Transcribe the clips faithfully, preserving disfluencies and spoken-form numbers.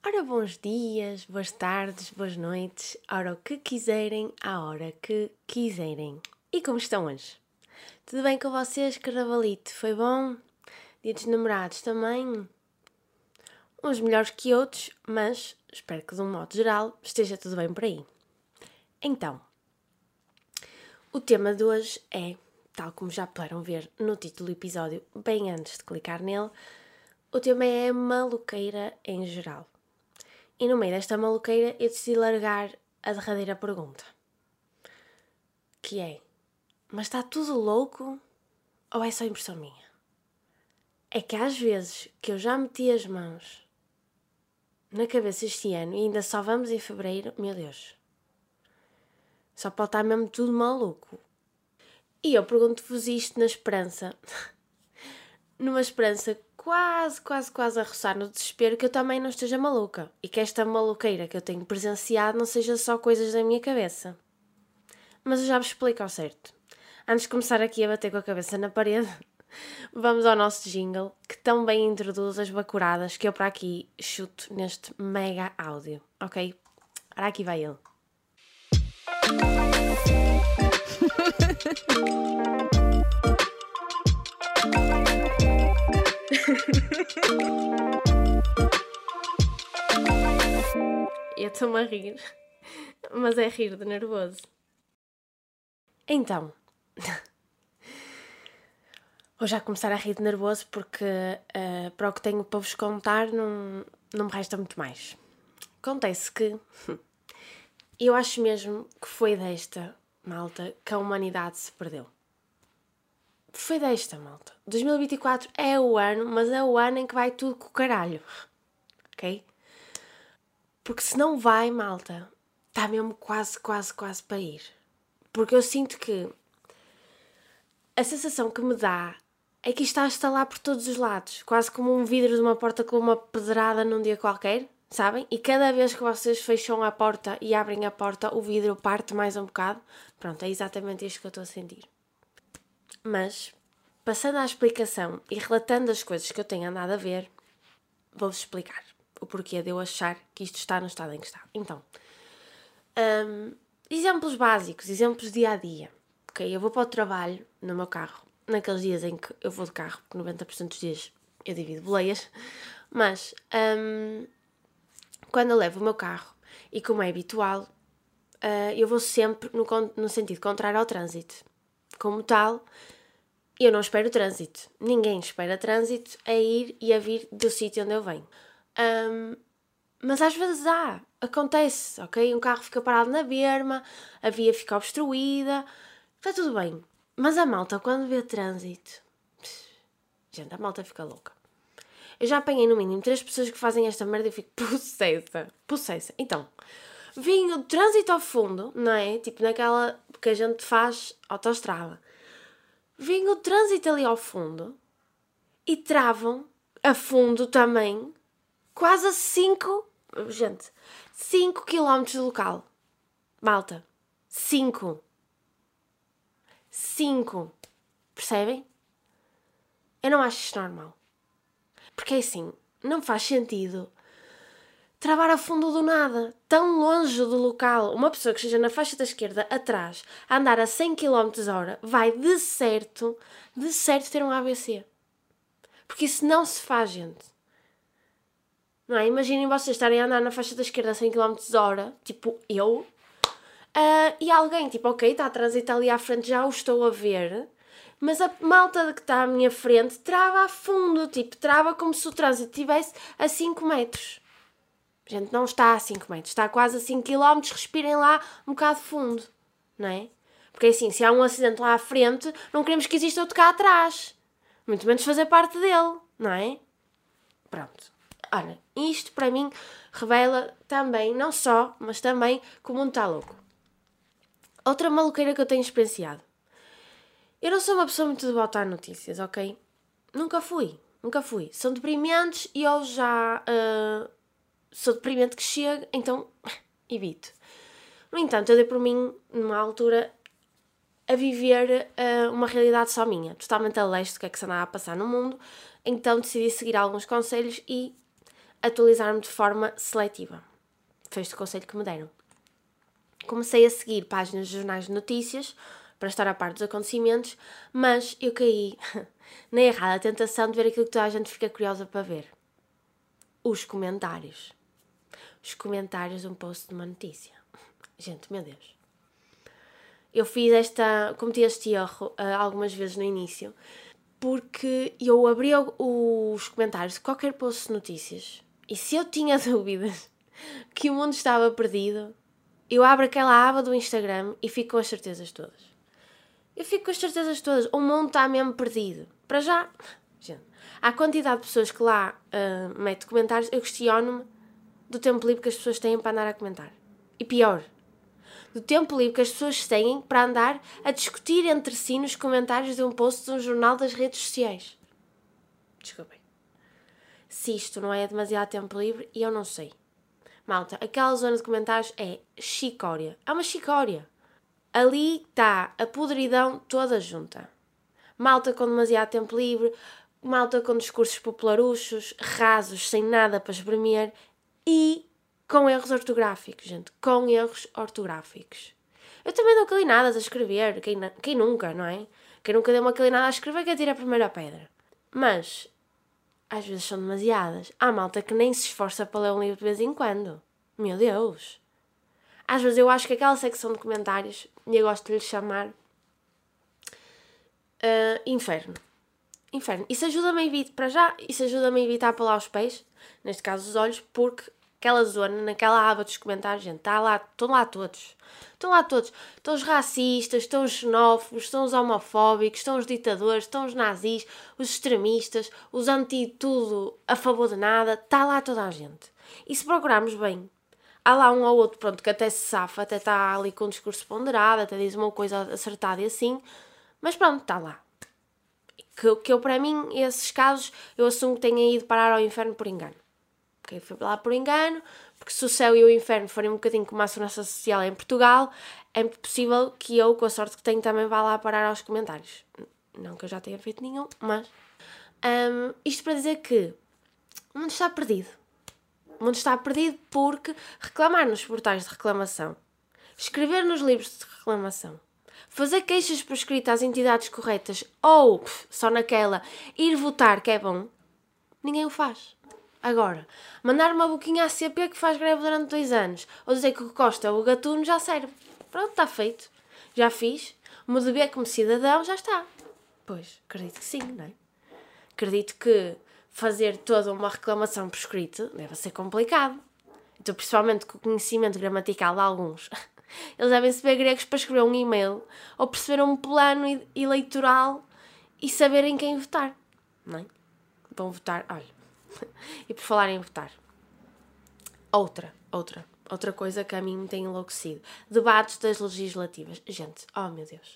Ora, bons dias, boas tardes, boas noites, ora o que quiserem, à hora que quiserem. E como estão hoje? Tudo bem com vocês, carnavalito? Foi bom? Dia dos namorados também? Uns melhores que outros, mas espero que de um modo geral esteja tudo bem por aí. Então, o tema de hoje é, tal como já puderam ver no título do episódio, bem antes de clicar nele, o tema é maluqueira em geral. E no meio desta maluqueira eu decidi largar a derradeira pergunta. Que é, mas está tudo louco ou é só impressão minha? É que às vezes que eu já meti as mãos na cabeça este ano e ainda só vamos em fevereiro, meu Deus. Só pode estar mesmo tudo maluco. E eu pergunto-vos isto na esperança, numa esperança quase, quase, quase a roçar no desespero que eu também não esteja maluca. E que esta maluqueira que eu tenho presenciado não seja só coisas da minha cabeça. Mas eu já vos explico ao certo. Antes de começar aqui a bater com a cabeça na parede, vamos ao nosso jingle, que tão bem introduz as bacuradas que eu para aqui chuto neste mega áudio, ok? Ora, aqui vai ele. Eu estou-me a rir, mas é rir de nervoso. Então, vou já começar a rir de nervoso porque uh, para o que tenho para vos contar não, não me resta muito mais. Acontece que eu acho mesmo que foi desta, malta, que a humanidade se perdeu. Foi desta, malta. dois mil e vinte e quatro é o ano, mas é o ano em que vai tudo com o caralho. Ok? Porque se não vai, malta, está mesmo quase, quase, quase para ir. Porque eu sinto que a sensação que me dá é que isto está a estalar por todos os lados. Quase como um vidro de uma porta com uma pedrada num dia qualquer, sabem? E cada vez que vocês fecham a porta e abrem a porta, o vidro parte mais um bocado. Pronto, é exatamente isto que eu estou a sentir. Mas, passando à explicação e relatando as coisas que eu tenho andado a ver, vou-vos explicar o porquê de eu achar que isto está no estado em que está. Então, hum, exemplos básicos, exemplos dia-a-dia. Ok, eu vou para o trabalho no meu carro, naqueles dias em que eu vou de carro, porque noventa por cento dos dias eu divido boleias, mas hum, quando eu levo o meu carro, e como é habitual, uh, eu vou sempre no, no sentido contrário ao trânsito. Como tal, eu não espero trânsito. Ninguém espera trânsito a ir e a vir do sítio onde eu venho. Um, mas às vezes há, acontece, ok? Um carro fica parado na berma, a via fica obstruída, está tudo bem. Mas a malta, quando vê trânsito, gente, a malta fica louca. Eu já apanhei no mínimo três pessoas que fazem esta merda e eu fico possessa, possessa. Então, vinha o trânsito ao fundo, não é? Tipo naquela que a gente faz autoestrada. Vinha o trânsito ali ao fundo e travam a fundo também quase a cinco, gente, cinco quilómetros do local. Malta, cinco. cinco. Percebem? Eu não acho isto normal. Porque assim, não faz sentido travar a fundo do nada, tão longe do local. Uma pessoa que esteja na faixa da esquerda atrás, a andar a cem quilómetros por hora, vai de certo, de certo ter um A V C. Porque isso não se faz, gente. Não é? Imaginem vocês estarem a andar na faixa da esquerda a cem quilómetros por hora, tipo eu, uh, e alguém, tipo, ok, está a trânsito ali à frente, já o estou a ver, mas a malta que está à minha frente trava a fundo, tipo, trava como se o trânsito estivesse a cinco metros. Gente, não está a cinco metros, está quase a cinco quilómetros, respirem lá um bocado de fundo, não é? Porque assim, se há um acidente lá à frente, não queremos que exista outro cá atrás. Muito menos fazer parte dele, não é? Pronto. Ora, isto para mim revela também, não só, mas também que o mundo está louco. Outra maluqueira que eu tenho experienciado. Eu não sou uma pessoa muito devota a notícias, ok? Nunca fui, nunca fui. São deprimentes e eu já... Uh, sou deprimente que chega, então evito. No entanto, eu dei por mim, numa altura, a viver uh, uma realidade só minha, totalmente a leste do que é que se andava a passar no mundo, então decidi seguir alguns conselhos e atualizar-me de forma seletiva. Foi este o conselho que me deram. Comecei a seguir páginas de jornais de notícias para estar a par dos acontecimentos, mas eu caí na errada tentação de ver aquilo que toda a gente fica curiosa para ver. Os comentários. Os comentários de um post de uma notícia. Gente, meu Deus. Eu fiz esta, cometi este erro uh, algumas vezes no início, porque eu abria os comentários de qualquer post de notícias e se eu tinha dúvidas que o mundo estava perdido, eu abro aquela aba do Instagram e fico com as certezas todas. Eu fico com as certezas todas. O mundo está mesmo perdido. Para já, gente, a quantidade de pessoas que lá uh, mete comentários, eu questiono-me do tempo livre que as pessoas têm para andar a comentar. E pior, do tempo livre que as pessoas têm para andar a discutir entre si nos comentários de um post de um jornal das redes sociais. Desculpem. Se isto não é demasiado tempo livre, eu não sei. Malta, aquela zona de comentários é chicória. É uma chicória. Ali está a podridão toda junta. Malta com demasiado tempo livre, malta com discursos popularuchos, rasos, sem nada para espremer e com erros ortográficos, gente. Com erros ortográficos. Eu também dou calinadas a escrever. Quem, quem nunca, não é? Quem nunca deu uma calinada a escrever que atira a primeira pedra. Mas às vezes são demasiadas. Há malta que nem se esforça para ler um livro de vez em quando. Meu Deus! Às vezes eu acho que aquela secção de comentários, e eu gosto de lhe chamar uh, inferno. Inferno. Isso ajuda-me a evitar, para já, isso ajuda-me a evitar para lá os pés, neste caso os olhos, porque aquela zona, naquela aba dos comentários, gente, está lá, estão lá todos. Estão lá todos. Estão os racistas, estão os xenófobos, estão os homofóbicos, estão os ditadores, estão os nazis, os extremistas, os anti-tudo a favor de nada. Está lá toda a gente. E se procurarmos bem, há lá um ou outro, pronto, que até se safa, até está ali com um discurso ponderado, até diz uma coisa acertada e assim, mas pronto, está lá. Que, que eu, para mim, esses casos, eu assumo que tenham ido parar ao inferno por engano. Ok, foi lá por engano, porque se o céu e o inferno forem um bocadinho como a segurança social em Portugal, é possível que eu, com a sorte que tenho, também vá lá parar aos comentários. Não que eu já tenha feito nenhum, mas... Um, isto para dizer que o mundo está perdido. O mundo está perdido porque reclamar nos portais de reclamação, escrever nos livros de reclamação, fazer queixas por escrito às entidades corretas ou, pff, só naquela, ir votar que é bom, ninguém o faz. Agora, mandar uma boquinha à C P que faz greve durante dois anos ou dizer que o Costa é o gatuno já serve. Pronto, está feito. Já fiz. O meu dever como cidadão já está. Pois, acredito que sim, não é? Acredito que fazer toda uma reclamação por escrito deve ser complicado. Então, principalmente com o conhecimento gramatical de alguns, eles devem saber gregos para escrever um e-mail ou perceber um plano eleitoral e saberem quem votar, não é? Vão votar, olha. E por falar em votar, outra, outra, outra coisa que a mim me tem enlouquecido. Debates das legislativas. Gente, oh meu Deus.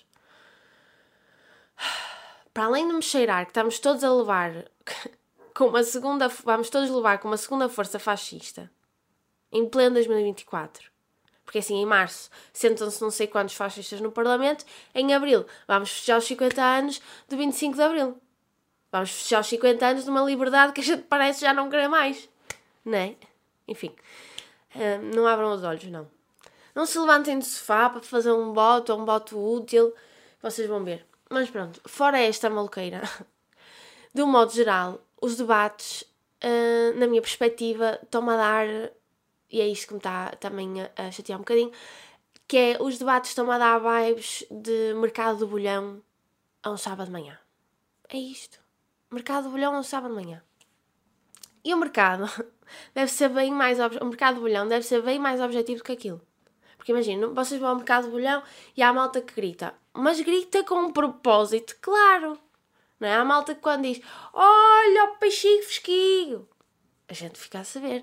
Para além de me cheirar que estamos todos a levar com uma segunda, vamos todos levar com uma segunda força fascista em pleno dois mil e vinte e quatro. Porque assim, em março sentam-se não sei quantos fascistas no Parlamento, em abril vamos festejar os cinquenta anos do vinte e cinco de abril. Vamos festejar os cinquenta anos de uma liberdade que a gente parece já não querer mais. Não é? Enfim. Uh, não abram os olhos, não. Não se levantem do sofá para fazer um voto ou um voto útil. Vocês vão ver. Mas pronto. Fora esta maluqueira. De um modo geral, os debates, uh, na minha perspectiva, estão-me a dar... E é isto que me está também a, a chatear um bocadinho. Que é, os debates estão-me a dar vibes de mercado do bolhão a um sábado de manhã. É isto. Mercado do bolhão a um sábado de manhã. E o mercado deve ser bem mais... Ob... O mercado do bolhão deve ser bem mais objetivo do que aquilo. Porque imagina, vocês vão ao mercado do bolhão e há a malta que grita. Mas grita com um propósito, claro. Não é? Há a malta que quando diz olha o peixinho fresquinho. A gente fica a saber.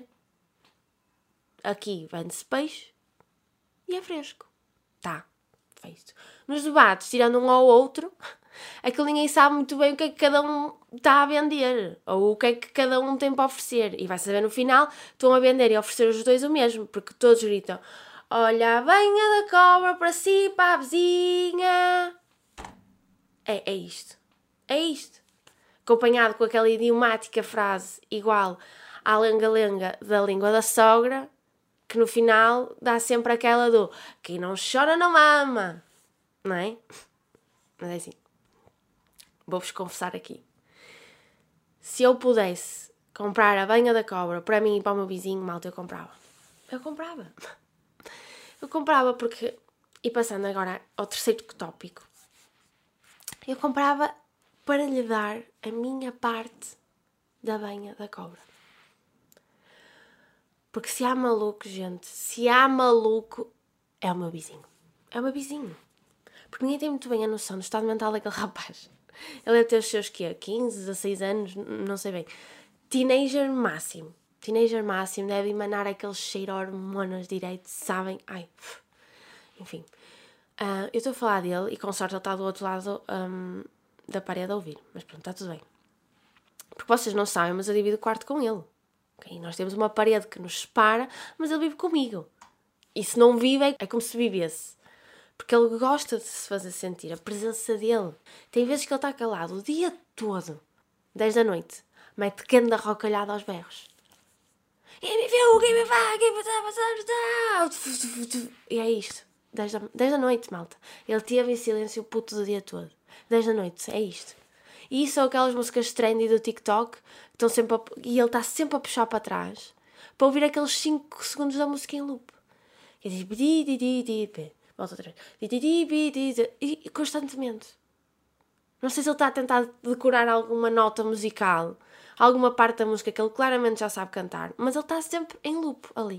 Aqui vende-se peixe e é fresco. Tá, feito. Nos debates, tirando um ao outro, aquilo ninguém sabe muito bem o que é que cada um está a vender. Ou o que é que cada um tem para oferecer. E vai saber no final, estão a vender e a oferecer os dois o mesmo. Porque todos gritam, olha a banha da cobra para si, para a vizinha. É, é isto. É isto. Acompanhado com aquela idiomática frase igual à lenga-lenga da língua da sogra, que no final dá sempre aquela do quem não chora não mama, não é? Mas é assim, vou-vos confessar aqui. Se eu pudesse comprar a banha da cobra para mim e para o meu vizinho, malta, eu comprava. Eu comprava. Eu comprava porque, e passando agora ao terceiro tópico, eu comprava para lhe dar a minha parte da banha da cobra. Porque se há maluco, gente, se há maluco, é o meu vizinho. É o meu vizinho. Porque ninguém tem muito bem a noção do estado mental daquele rapaz. Ele deve ter os seus quê? quinze, dezasseis anos, não sei bem. Teenager máximo. Teenager máximo, deve emanar aqueles cheiro a hormonas direito, sabem? Ai, enfim. Uh, eu estou a falar dele e com sorte ele está do outro lado um, da parede a ouvir. Mas pronto, está tudo bem. Porque vocês não sabem, mas eu divido o quarto com ele. Okay? Nós temos uma parede que nos separa, mas ele vive comigo. E se não vive, é como se vivesse. Porque ele gosta de se fazer sentir a presença dele. Tem vezes que ele está calado o dia todo. dez da noite. Mete pequeno da rocalhada aos berros. Quem me viu? Quem me vai? Quem me está? E é isto. dez da, dez da noite, malta. Ele teve em silêncio o puto do dia todo. dez da noite, é isto. E isso são aquelas músicas trendy do TikTok que estão sempre a, e ele está sempre a puxar para trás para ouvir aqueles cinco segundos da música em loop. E diz di di di di volta outra vez. Di di di di di e constantemente. Não sei se ele está a tentar decorar alguma nota musical, alguma parte da música que ele claramente já sabe cantar, mas ele está sempre em loop ali.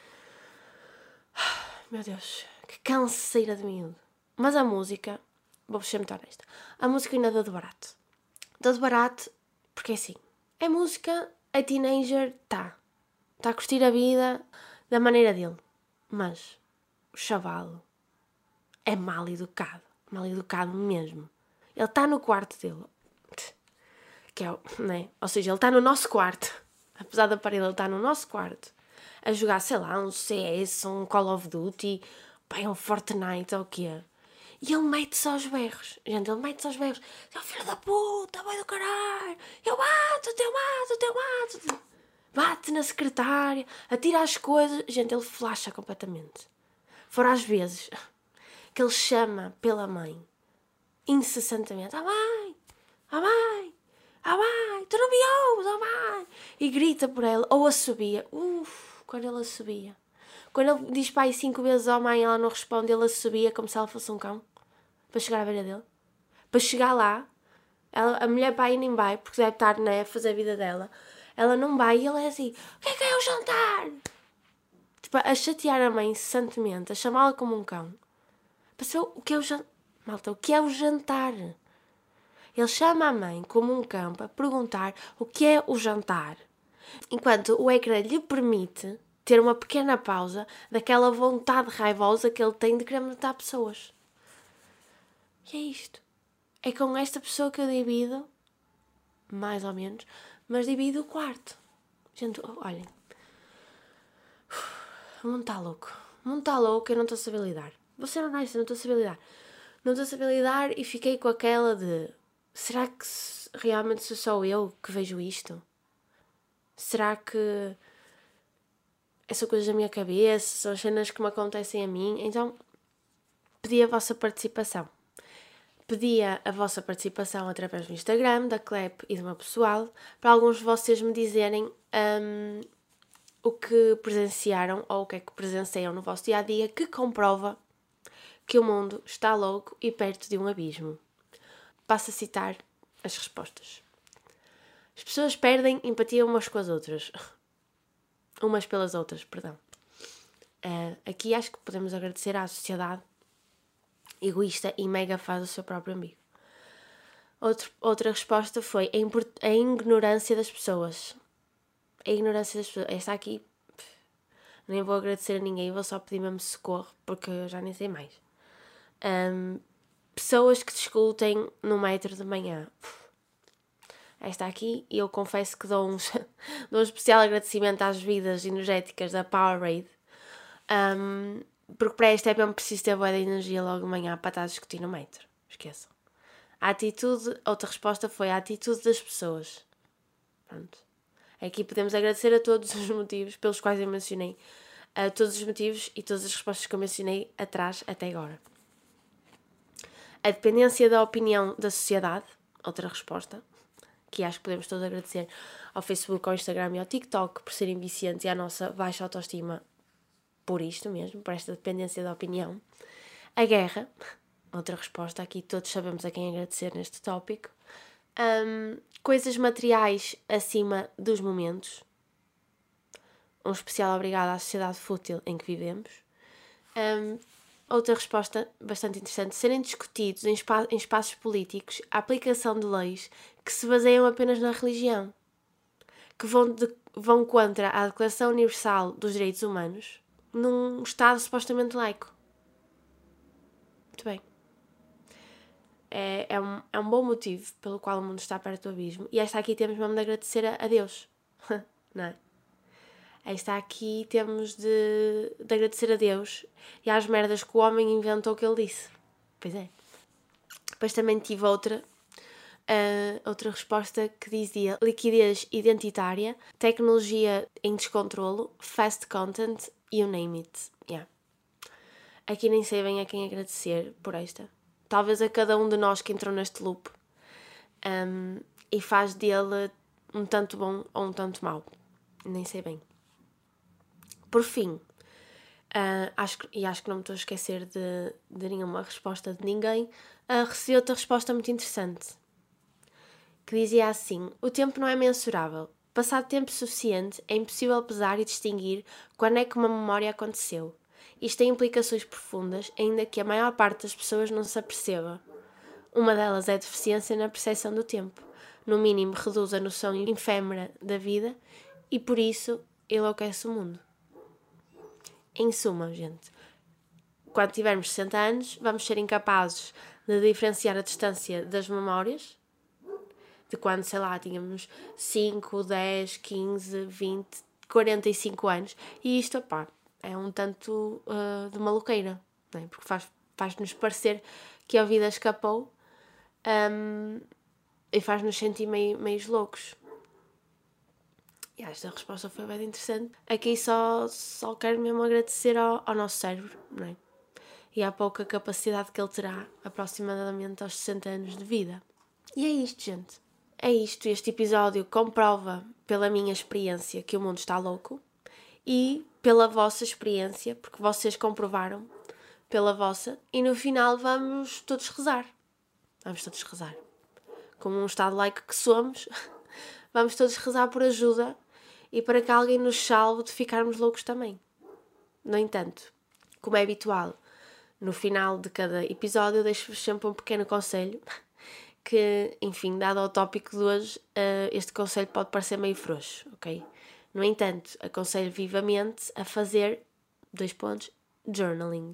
Meu Deus, que canseira de miúdo. Mas a música, vou-vos ser muito honesta, a música ainda dá de barato. Dá de barato porque é assim, é música, a teenager está. Está a curtir a vida da maneira dele. Mas o chavalo é mal educado. Mal educado mesmo. Ele está no quarto dele. Que é, né? Ou seja, ele está no nosso quarto. Apesar da parede, ele está no nosso quarto. A jogar, sei lá, um C S, um Call of Duty, pai, um Fortnite ou o quê. E ele mete-se aos berros. Gente, ele mete-se aos berros. Ele, filho da puta, vai do caralho. Eu mato-te, eu mato-te, eu mato-te. Bate na secretária, atira as coisas. Gente, ele flasha completamente. Fora às vezes que ele chama pela mãe. Incessantemente. Ah, mãe! Ah, mãe! Ah, mãe! Tu não me ouves, ah, mãe! E grita por ela. Ou assobia. Uf, quando ele assobia. Quando ele diz pai cinco vezes à mãe e ela não responde, ele assobia como se ela fosse um cão. Para chegar à beira dele. Para chegar lá, ela, a mulher vai e nem vai, porque deve estar, né, a fazer a vida dela. Ela não vai e ele é assim, o que é que é o jantar? Tipo, a chatear a mãe incessantemente, a chamá-la como um cão. Para saber o que é o jantar. Malta, o que é o jantar? Ele chama a mãe como um cão para perguntar o que é o jantar. Enquanto o ecrã lhe permite ter uma pequena pausa daquela vontade raivosa que ele tem de querer matar pessoas. E é isto. É com esta pessoa que eu divido, mais ou menos, mas divido o quarto. Gente, olhem. O mundo está louco. O mundo está louco, eu não estou a saber lidar. Vou ser honesta, não estou a saber lidar. Não estou a saber lidar e fiquei com aquela de... Será que realmente sou só eu que vejo isto? Será que essa coisa da minha cabeça são cenas que me acontecem a mim? Então, pedi a vossa participação. Pedia a vossa participação através do Instagram, da Clep e do meu pessoal, para alguns de vocês me dizerem um, o que presenciaram ou o que é que presenciam no vosso dia-a-dia que comprova que o mundo está louco e perto de um abismo. Passo a citar as respostas. As pessoas perdem empatia umas com as outras. Umas pelas outras, perdão. Uh, aqui acho que podemos agradecer à sociedade egoísta e mega faz o seu próprio amigo. Outro, outra resposta foi a, import- a ignorância das pessoas. A ignorância das pessoas. Esta aqui, pff, nem vou agradecer a ninguém, vou só pedir mesmo socorro, porque eu já nem sei mais. Um, pessoas que discutem no metro de manhã. Pff, esta aqui, e eu confesso que dou, uns, dou um especial agradecimento às vidas energéticas da Powerade. Um, porque para esta é mesmo preciso ter boa de energia logo de manhã para estar a discutir no metro. Esqueçam. A atitude, outra resposta foi a atitude das pessoas. Pronto. Aqui podemos agradecer a todos os motivos pelos quais eu mencionei, a todos os motivos e todas as respostas que eu mencionei atrás até agora. A dependência da opinião da sociedade, outra resposta, que acho que podemos todos agradecer ao Facebook, ao Instagram e ao TikTok por serem viciantes e à nossa baixa autoestima por isto mesmo, por esta dependência da opinião. A guerra, outra resposta, aqui todos sabemos a quem agradecer neste tópico. Um, coisas materiais acima dos momentos. Um especial obrigado à sociedade fútil em que vivemos. Um, outra resposta bastante interessante. Serem discutidos em, espa- em espaços políticos a aplicação de leis que se baseiam apenas na religião, que vão, de, vão contra a Declaração Universal dos Direitos Humanos num Estado supostamente laico. Muito bem. É, é, um, é um bom motivo pelo qual o mundo está perto do abismo. E esta aqui temos mesmo de agradecer a, a Deus. Não é? Esta aqui temos de, de agradecer a Deus e às merdas que o homem inventou que ele disse. Pois é. Depois também tive outra, uh, outra resposta que dizia liquidez identitária, tecnologia em descontrolo, fast content, you name it. Yeah. Aqui nem sei bem a quem agradecer por esta. Talvez a cada um de nós que entrou neste loop um, e faz dele um tanto bom ou um tanto mau. Nem sei bem. Por fim, uh, acho que, e acho que não me estou a esquecer de, de nenhuma resposta de ninguém, uh, recebi outra resposta muito interessante, que dizia assim: o tempo não é mensurável. Passado tempo suficiente, é impossível pesar e distinguir quando é que uma memória aconteceu. Isto tem implicações profundas, ainda que a maior parte das pessoas não se aperceba. Uma delas é a deficiência na percepção do tempo. No mínimo, reduz a noção efêmera da vida e, por isso, enlouquece o mundo. Em suma, gente, quando tivermos sessenta anos, vamos ser incapazes de diferenciar a distância das memórias, de quando, sei lá, tínhamos cinco, dez, quinze, vinte, quarenta e cinco anos. E isto, pá, é um tanto uh, de maluqueira, não é? Porque faz, faz-nos parecer que a vida escapou um, e faz-nos sentir meio, meio loucos. E esta resposta foi bem interessante. Aqui só, só quero mesmo agradecer ao, ao nosso cérebro, não é? E à pouca capacidade que ele terá aproximadamente aos sessenta anos de vida. E é isto, gente. É isto. Este episódio comprova pela minha experiência que o mundo está louco e pela vossa experiência, porque vocês comprovaram pela vossa, e no final vamos todos rezar. Vamos todos rezar. Como um estado laico que somos, vamos todos rezar por ajuda e para que alguém nos salve de ficarmos loucos também. No entanto, como é habitual, no final de cada episódio eu deixo-vos sempre um pequeno conselho que, enfim, dado ao tópico de hoje, este conselho pode parecer meio frouxo, ok? No entanto, aconselho vivamente a fazer, dois pontos, journaling.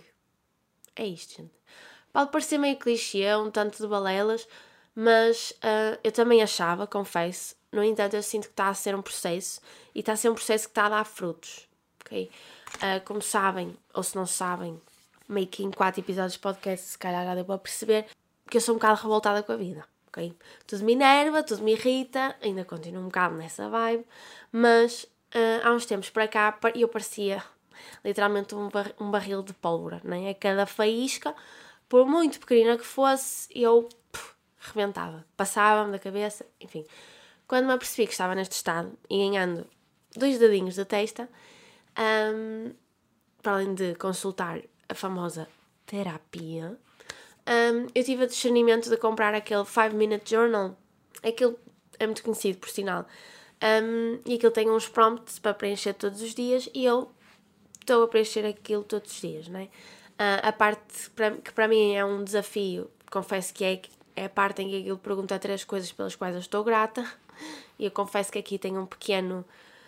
É isto, gente. Pode parecer meio clichê, um tanto de balelas, mas uh, eu também achava, confesso. No entanto, eu sinto que está a ser um processo e está a ser um processo que está a dar frutos, ok? Uh, como sabem, ou se não sabem, meio que em quatro episódios de podcast, se calhar já deu para perceber que eu sou um bocado revoltada com a vida, ok? Tudo me enerva, tudo me irrita, ainda continuo um bocado nessa vibe, mas uh, há uns tempos para cá eu parecia literalmente um, bar- um barril de pólvora, não é? A cada faísca, por muito pequenina que fosse, eu puf, rebentava, passava-me da cabeça, enfim. Quando me apercebi que estava neste estado e ganhando dois dedinhos de testa, um, para além de consultar a famosa terapia, um, eu tive o discernimento de comprar aquele five minute journal. Aquilo é muito conhecido, por sinal. Um, e aquilo tem uns prompts para preencher todos os dias e eu estou a preencher aquilo todos os dias, não é? Uh, a parte pra, que para mim é um desafio, confesso que é, é a parte em que aquilo pergunta três coisas pelas quais eu estou grata. E eu confesso que aqui tenho um pequeno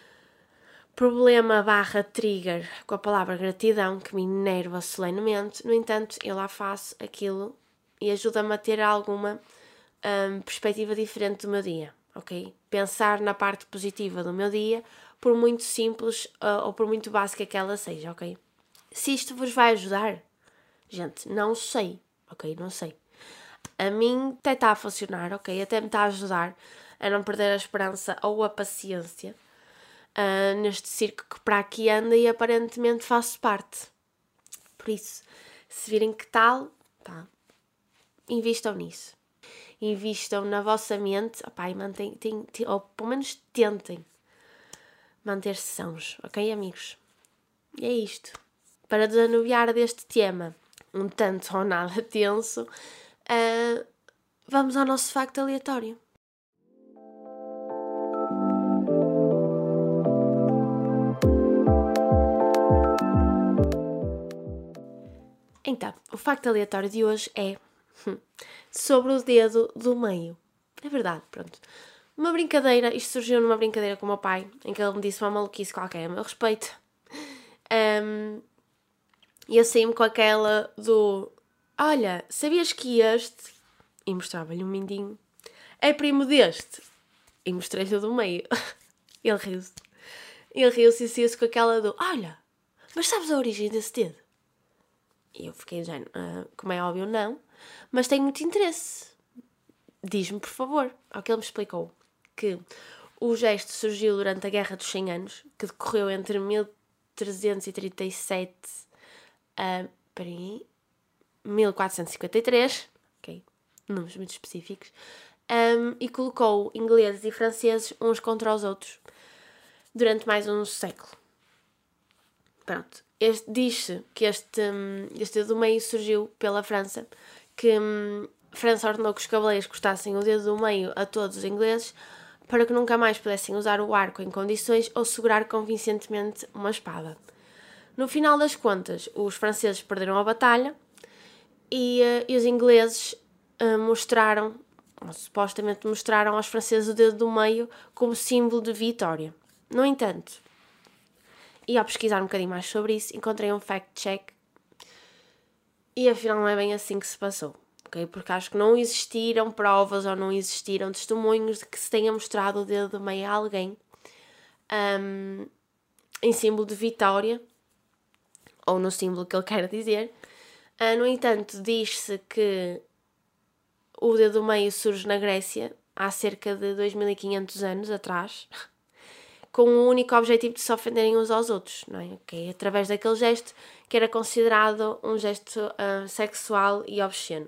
problema barra trigger com a palavra gratidão, que me enerva solenemente. No entanto, eu lá faço aquilo e ajuda-me a ter alguma um, perspectiva diferente do meu dia, ok? Pensar na parte positiva do meu dia, por muito simples uh, ou por muito básica que ela seja, ok? Se isto vos vai ajudar, gente, não sei, ok? Não sei. A mim até está a funcionar, ok? Até me está a ajudar a não perder a esperança ou a paciência uh, neste circo que para aqui anda e aparentemente faço parte. Por isso, se virem que tal, pá, invistam nisso. Invistam na vossa mente, opá, e mantém, tem, tem, ou pelo menos tentem manter-se sãos, ok, amigos? E é isto. Para desanuviar deste tema, um tanto ou nada tenso, uh, vamos ao nosso facto aleatório. Então, o facto aleatório de hoje é hum, sobre o dedo do meio. É verdade, pronto. Uma brincadeira, isto surgiu numa brincadeira com o meu pai, em que ele me disse uma maluquice qualquer a meu respeito. Um, e eu saí-me com aquela do... Olha, sabias que este... E mostrava-lhe um mindinho. É primo deste. E mostrei-lhe o do meio. Ele riu-se. Ele riu-se e saiu-se com aquela do... Olha, mas sabes a origem desse dedo? E eu fiquei já, uh, como é óbvio, não. Mas tenho muito interesse. Diz-me, por favor. Ao que ele me explicou que o gesto surgiu durante a Guerra dos cem Anos, que decorreu entre mil trezentos e trinta e sete a uh, mil quatrocentos e cinquenta e três, ok, números muito específicos, um, e colocou ingleses e franceses uns contra os outros durante mais um século. Pronto. Este, diz-se que este, este dedo do meio surgiu pela França, que hum, a França ordenou que os cavaleiros cortassem o dedo do meio a todos os ingleses para que nunca mais pudessem usar o arco em condições ou segurar convincentemente uma espada. No final das contas, os franceses perderam a batalha e, uh, e os ingleses uh, mostraram, ou supostamente mostraram aos franceses o dedo do meio como símbolo de vitória. No entanto, e ao pesquisar um bocadinho mais sobre isso, encontrei um fact-check e afinal não é bem assim que se passou, ok? Porque acho que não existiram provas ou não existiram testemunhos de que se tenha mostrado o dedo do meio a alguém um, em símbolo de vitória ou no símbolo que ele quer dizer. Uh, no entanto, diz-se que o dedo do meio surge na Grécia há cerca de dois mil e quinhentos anos atrás, com o único objetivo de se ofenderem uns aos outros, não é? Okay? Através daquele gesto que era considerado um gesto uh, sexual e obsceno.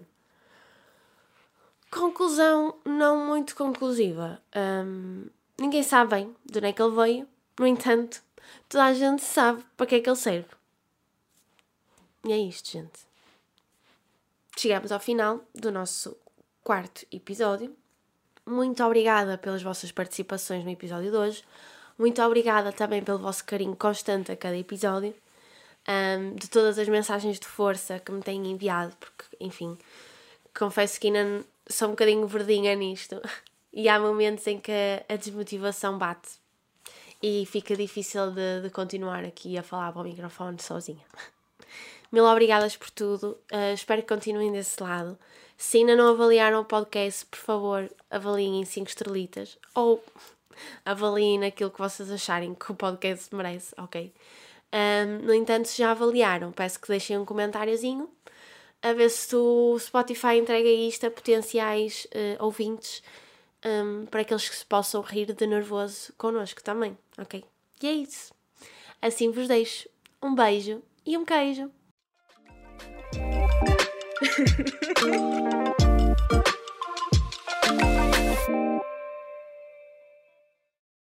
Conclusão não muito conclusiva. Um, ninguém sabe bem de onde é que ele veio, no entanto, toda a gente sabe para que é que ele serve. E é isto, gente. Chegamos ao final do nosso quarto episódio. Muito obrigada pelas vossas participações no episódio de hoje. Muito obrigada também pelo vosso carinho constante a cada episódio, um, de todas as mensagens de força que me têm enviado, porque, enfim, confesso que ainda sou um bocadinho verdinha nisto e há momentos em que a desmotivação bate e fica difícil de, de continuar aqui a falar para o microfone sozinha. Mil obrigadas por tudo, uh, espero que continuem desse lado. Se ainda não avaliaram o podcast, por favor, avaliem em cinco estrelitas ou avaliem naquilo que vocês acharem que o podcast merece, ok? Um, no entanto, se já avaliaram, peço que deixem um comentáriozinho a ver se o Spotify entrega isto a potenciais uh, ouvintes, um, para aqueles que se possam rir de nervoso connosco também, ok? E é isso. Assim vos deixo. Um beijo e um queijo.